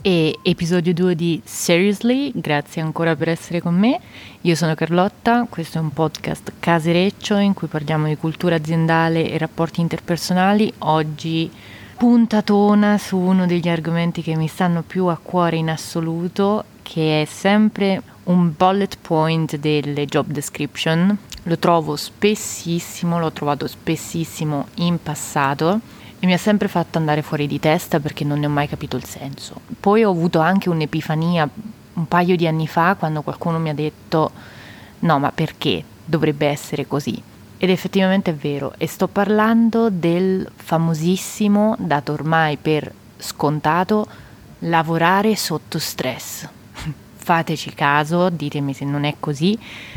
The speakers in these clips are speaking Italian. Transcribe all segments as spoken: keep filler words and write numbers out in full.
e episodio due di Seriously, grazie ancora per essere con me. Io sono Carlotta, questo è un podcast casereccio in cui parliamo di cultura aziendale e rapporti interpersonali. Oggi puntatona su uno degli argomenti che mi stanno più a cuore in assoluto, che è sempre un bullet point delle job description. Lo trovo spessissimo, l'ho trovato spessissimo in passato e mi ha sempre fatto andare fuori di testa perché non ne ho mai capito il senso. Poi ho avuto anche un'epifania un paio di anni fa quando qualcuno mi ha detto no, ma perché dovrebbe essere così? Ed effettivamente è vero, e sto parlando del famosissimo, dato ormai per scontato, lavorare sotto stress. Fateci caso, ditemi se non è così,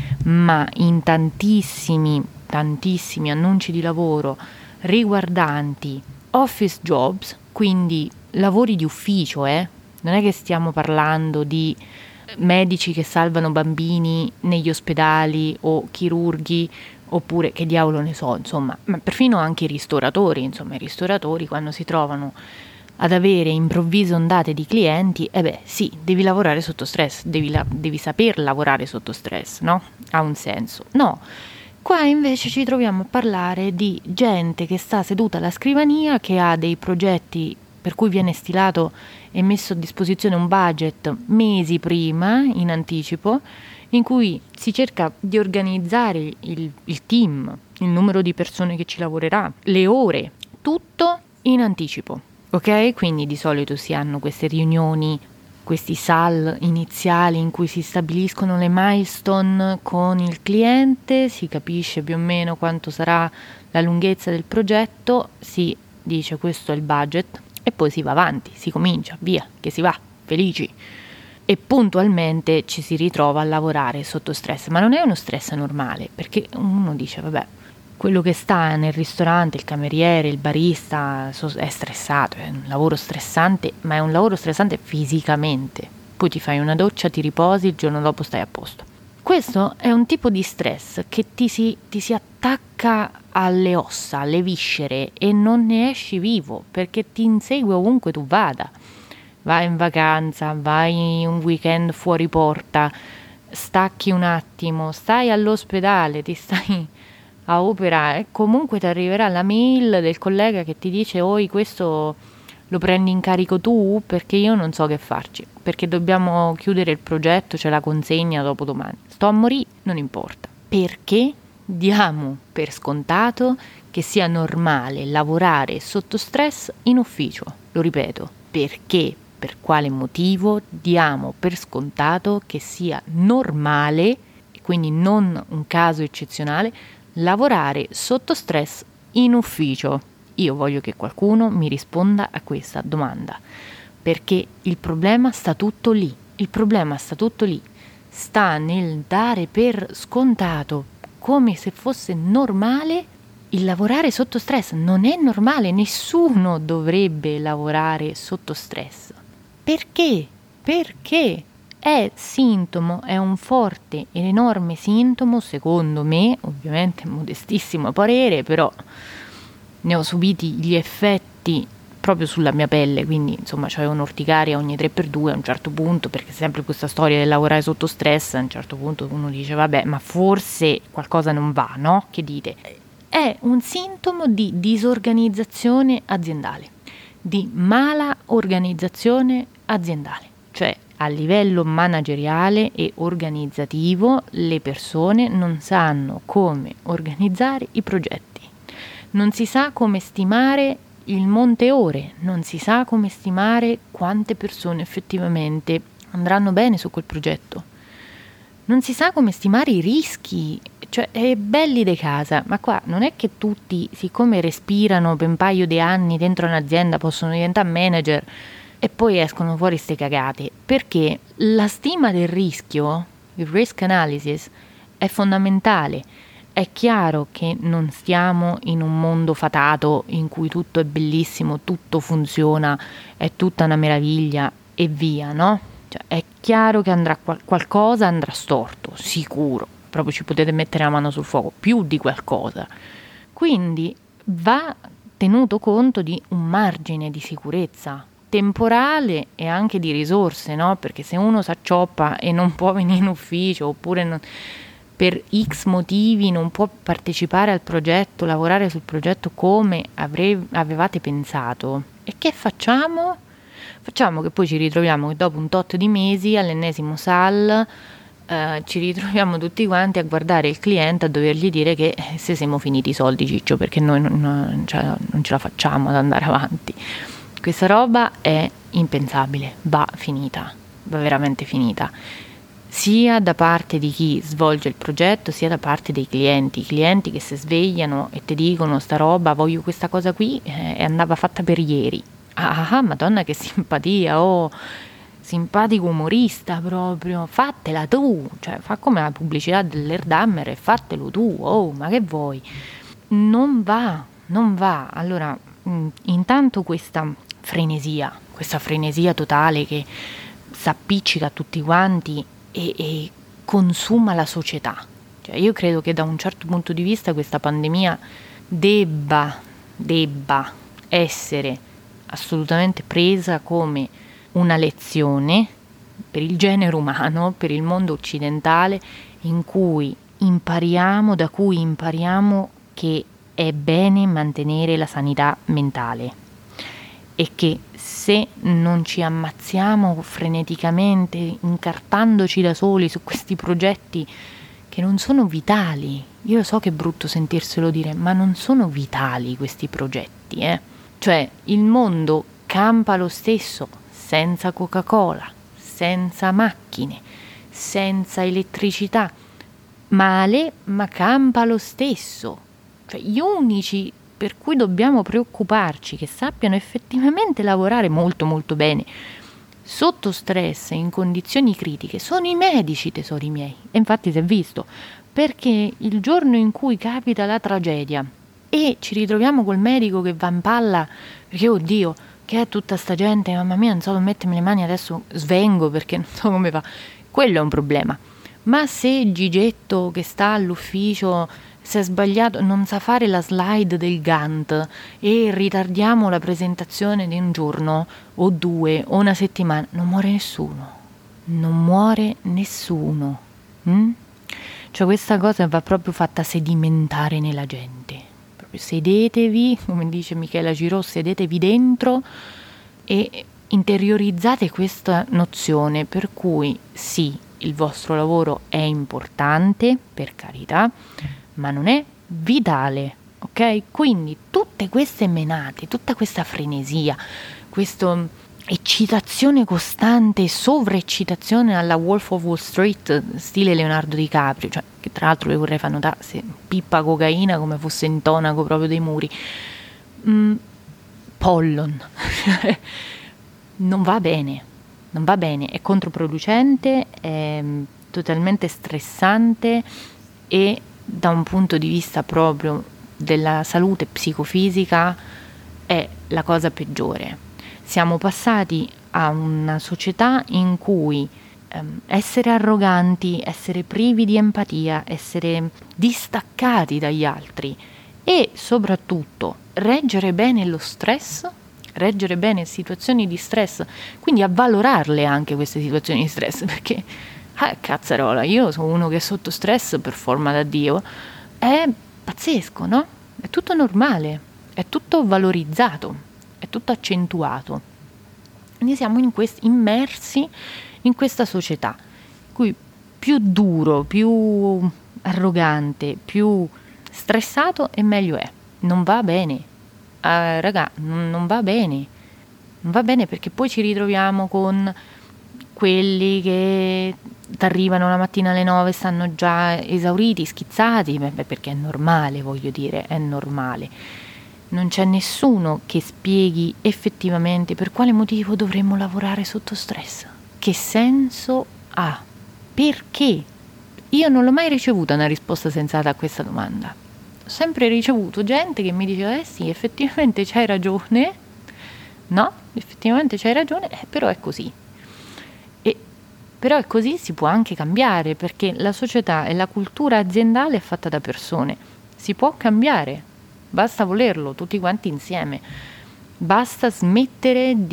ma in tantissimi, tantissimi annunci di lavoro riguardanti office jobs, quindi lavori di ufficio, eh? Non è che stiamo parlando di medici che salvano bambini negli ospedali o chirurghi, oppure che diavolo ne so, insomma, ma perfino anche i ristoratori, insomma, i ristoratori quando si trovano ad avere improvvise ondate di clienti, e eh beh sì, devi lavorare sotto stress, devi, la- devi saper lavorare sotto stress, no? Ha un senso. No, qua invece ci troviamo a parlare di gente che sta seduta alla scrivania, che ha dei progetti per cui viene stilato e messo a disposizione un budget mesi prima, in anticipo, in cui si cerca di organizzare il, il team, il numero di persone che ci lavorerà, le ore, tutto in anticipo. Ok? Quindi di solito si hanno queste riunioni, questi S A L iniziali in cui si stabiliscono le milestone con il cliente, si capisce più o meno quanto sarà la lunghezza del progetto, si dice questo è il budget e poi si va avanti, si comincia, via, che si va, felici. E puntualmente ci si ritrova a lavorare sotto stress, ma non è uno stress normale, perché uno dice vabbè, quello che sta nel ristorante, il cameriere, il barista, è stressato, è un lavoro stressante, ma è un lavoro stressante fisicamente. Poi ti fai una doccia, ti riposi, il giorno dopo stai a posto. Questo è un tipo di stress che ti si, ti si attacca alle ossa, alle viscere e non ne esci vivo, perché ti insegue ovunque tu vada. Vai in vacanza, vai un weekend fuori porta, stacchi un attimo, stai all'ospedale, ti stai a operare, comunque ti arriverà la mail del collega che ti dice oi questo lo prendi in carico tu perché io non so che farci, perché dobbiamo chiudere il progetto, c'è la consegna dopo domani, sto a morire, non importa, perché diamo per scontato che sia normale lavorare sotto stress in ufficio. Lo ripeto, perché, per quale motivo diamo per scontato che sia normale, e quindi non un caso eccezionale, lavorare sotto stress in ufficio? Io voglio che qualcuno mi risponda a questa domanda, perché il problema sta tutto lì, il problema sta tutto lì, sta nel dare per scontato, come se fosse normale, il lavorare sotto stress. Non è normale, nessuno dovrebbe lavorare sotto stress. Perché? Perché? È sintomo, è un forte ed enorme sintomo, secondo me, ovviamente modestissimo parere, però ne ho subiti gli effetti proprio sulla mia pelle, quindi insomma c'avevo un'orticaria ogni tre per due a un certo punto, perché sempre questa storia del lavorare sotto stress, a un certo punto uno dice vabbè, ma forse qualcosa non va, no? Che dite? È un sintomo di disorganizzazione aziendale, di mala organizzazione aziendale, cioè a livello manageriale e organizzativo le persone non sanno come organizzare i progetti, non si sa come stimare il monte ore, non si sa come stimare quante persone effettivamente andranno bene su quel progetto, non si sa come stimare i rischi, cioè è belli de casa, ma qua non è che tutti, siccome respirano per un paio di anni dentro un'azienda, possono diventare manager e poi escono fuori ste cagate, perché la stima del rischio, il risk analysis, è fondamentale. È chiaro che non stiamo in un mondo fatato in cui tutto è bellissimo, tutto funziona, è tutta una meraviglia e via, no? Cioè, è chiaro che andrà qual- qualcosa andrà storto, sicuro, proprio ci potete mettere la mano sul fuoco, più di qualcosa. Quindi va tenuto conto di un margine di sicurezza. temporale e anche di risorse, no? Perché se uno si accioppa e non può venire in ufficio, oppure non, per X motivi non può partecipare al progetto, lavorare sul progetto come avre- avevate pensato, e che facciamo? Facciamo che poi ci ritroviamo che dopo un tot di mesi, all'ennesimo S A L, eh, ci ritroviamo tutti quanti a guardare il cliente, a dovergli dire che eh, se siamo finiti i soldi, ciccio, perché noi non, non, cioè, non ce la facciamo ad andare avanti. Questa roba è impensabile, va finita, va veramente finita, sia da parte di chi svolge il progetto, sia da parte dei clienti, i clienti che si svegliano e ti dicono sta roba, voglio questa cosa qui, eh, e andava fatta per ieri. Ah, ah, madonna che simpatia, oh, simpatico umorista proprio, fatela tu, cioè fa come la pubblicità dell'Erdammer e fatelo tu, oh, ma che vuoi? Non va, non va. Allora, mh, intanto questa frenesia, questa frenesia totale che s'appiccica a tutti quanti e, e consuma la società. Cioè, io credo che da un certo punto di vista questa pandemia debba, debba essere assolutamente presa come una lezione per il genere umano, per il mondo occidentale, in cui impariamo, da cui impariamo che è bene mantenere la sanità mentale e che se non ci ammazziamo freneticamente, incartandoci da soli su questi progetti che non sono vitali, io lo so che è brutto sentirselo dire, ma non sono vitali questi progetti, eh? Cioè il mondo campa lo stesso senza Coca-Cola, senza macchine, senza elettricità, male, ma campa lo stesso. Cioè gli unici per cui dobbiamo preoccuparci che sappiano effettivamente lavorare molto molto bene sotto stress e in condizioni critiche sono i medici, tesori miei. E infatti si è visto, perché il giorno in cui capita la tragedia e ci ritroviamo col medico che va in palla perché oddio, che è tutta sta gente, mamma mia, non so dove mettermi le mani, adesso svengo perché non so come fa, quello è un problema. Ma se Gigetto che sta all'ufficio si è sbagliato, non sa fare la slide del Gantt e ritardiamo la presentazione di un giorno o due o una settimana, non muore nessuno, non muore nessuno. Mm? Cioè questa cosa va proprio fatta sedimentare nella gente. Proprio sedetevi, come dice Michela Girò, sedetevi dentro e interiorizzate questa nozione per cui sì, il vostro lavoro è importante, per carità, ma non è vitale, ok? Quindi tutte queste menate, tutta questa frenesia, questa eccitazione costante, sovraeccitazione alla Wolf of Wall Street, stile Leonardo DiCaprio, cioè, che tra l'altro le vorrei far notare, se pippa cocaina come fosse intonaco proprio dei muri. Mm, Pollon. Non va bene, non va bene, è controproducente, è totalmente stressante e da un punto di vista proprio della salute psicofisica è la cosa peggiore. Siamo passati a una società in cui ehm, essere arroganti, essere privi di empatia, essere distaccati dagli altri e soprattutto reggere bene lo stress, reggere bene situazioni di stress, quindi avvalorarle anche queste situazioni di stress, perché ah, cazzarola, io sono uno che è sotto stress per forma da Dio, è pazzesco, no? È tutto normale, è tutto valorizzato, è tutto accentuato. Quindi siamo in quest- immersi in questa società, in cui più duro, più arrogante, più stressato e meglio è. Non va bene. Uh, raga, non, non va bene, non va bene perché poi ci ritroviamo con quelli che arrivano la mattina alle nove e stanno già esauriti, schizzati, beh, perché è normale, voglio dire, è normale. Non c'è nessuno che spieghi effettivamente per quale motivo dovremmo lavorare sotto stress. Che senso ha? Perché? Io non l'ho mai ricevuta una risposta sensata a questa domanda. Ho sempre ricevuto gente che mi diceva eh sì, effettivamente c'hai ragione, no, effettivamente c'hai ragione, eh, però è così. E però è così, si può anche cambiare, perché la società e la cultura aziendale è fatta da persone, si può cambiare, basta volerlo tutti quanti insieme, basta smettere di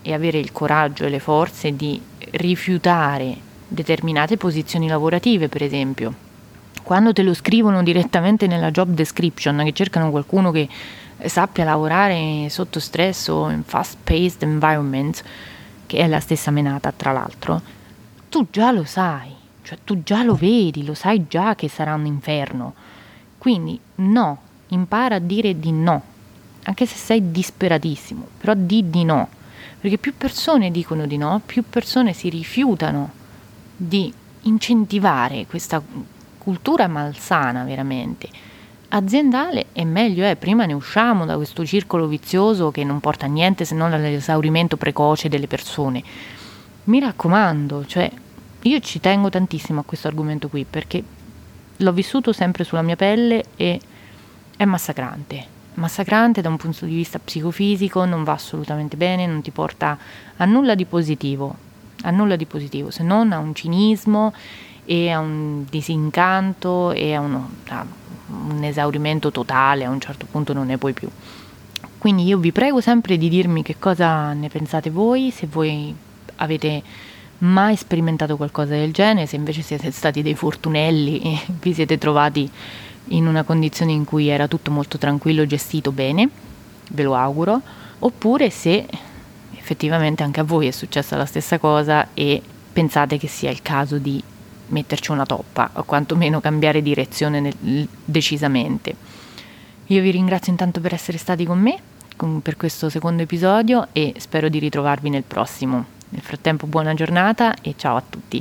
e avere il coraggio e le forze di rifiutare determinate posizioni lavorative, per esempio. Quando te lo scrivono direttamente nella job description, che cercano qualcuno che sappia lavorare sotto stress o in fast-paced environment, che è la stessa menata tra l'altro, tu già lo sai, cioè tu già lo vedi, lo sai già che sarà un inferno. Quindi no, impara a dire di no, anche se sei disperatissimo, però di di no, perché più persone dicono di no, più persone si rifiutano di incentivare questa cultura malsana veramente aziendale, e meglio è, prima ne usciamo da questo circolo vizioso che non porta a niente se non all'esaurimento precoce delle persone. Mi raccomando, cioè io ci tengo tantissimo a questo argomento qui, perché l'ho vissuto sempre sulla mia pelle e è massacrante, massacrante da un punto di vista psicofisico, non va assolutamente bene, non ti porta a nulla di positivo, a nulla di positivo, se non a un cinismo e a un disincanto e a, uno, a un esaurimento totale, a un certo punto non ne puoi più. Quindi io vi prego sempre di dirmi che cosa ne pensate voi, se voi avete mai sperimentato qualcosa del genere, se invece siete stati dei fortunelli e vi siete trovati in una condizione in cui era tutto molto tranquillo, gestito bene, ve lo auguro, oppure se effettivamente anche a voi è successa la stessa cosa e pensate che sia il caso di metterci una toppa o quantomeno cambiare direzione nel, decisamente. Io vi ringrazio intanto per essere stati con me con, per questo secondo episodio e spero di ritrovarvi nel prossimo. Nel frattempo buona giornata e ciao a tutti.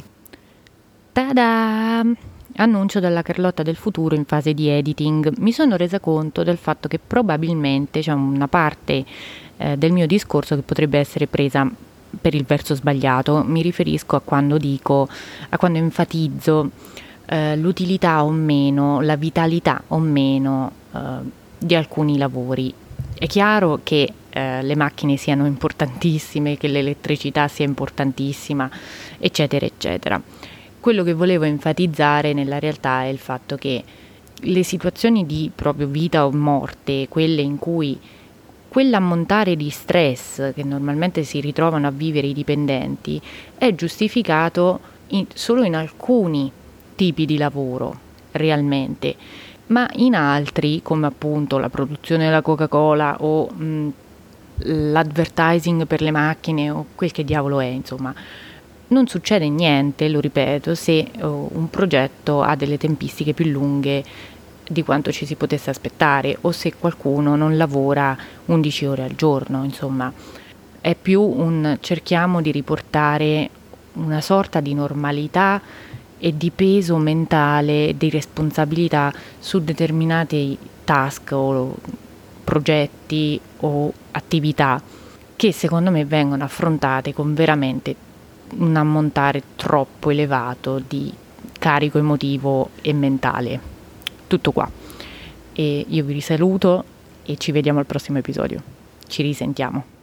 Tada! Annuncio dalla Carlotta del futuro in fase di editing. Mi sono resa conto del fatto che probabilmente c'è una parte eh, del mio discorso che potrebbe essere presa per il verso sbagliato. Mi riferisco a quando dico, a quando enfatizzo eh, l'utilità o meno, la vitalità o meno eh, di alcuni lavori. È chiaro che eh, le macchine siano importantissime, che l'elettricità sia importantissima, eccetera, eccetera. Quello che volevo enfatizzare nella realtà è il fatto che le situazioni di proprio vita o morte, quelle in cui quell'ammontare di stress che normalmente si ritrovano a vivere i dipendenti è giustificato in, solo in alcuni tipi di lavoro realmente, ma in altri, come appunto la produzione della Coca-Cola o mh, l'advertising per le macchine o quel che diavolo è, insomma, non succede niente, lo ripeto, se oh, un progetto ha delle tempistiche più lunghe di quanto ci si potesse aspettare o se qualcuno non lavora undici ore al giorno, insomma. È più un cerchiamo di riportare una sorta di normalità e di peso mentale, di responsabilità su determinati task o progetti o attività che secondo me vengono affrontate con veramente un ammontare troppo elevato di carico emotivo e mentale. Tutto qua. E io vi risaluto e ci vediamo al prossimo episodio. Ci risentiamo.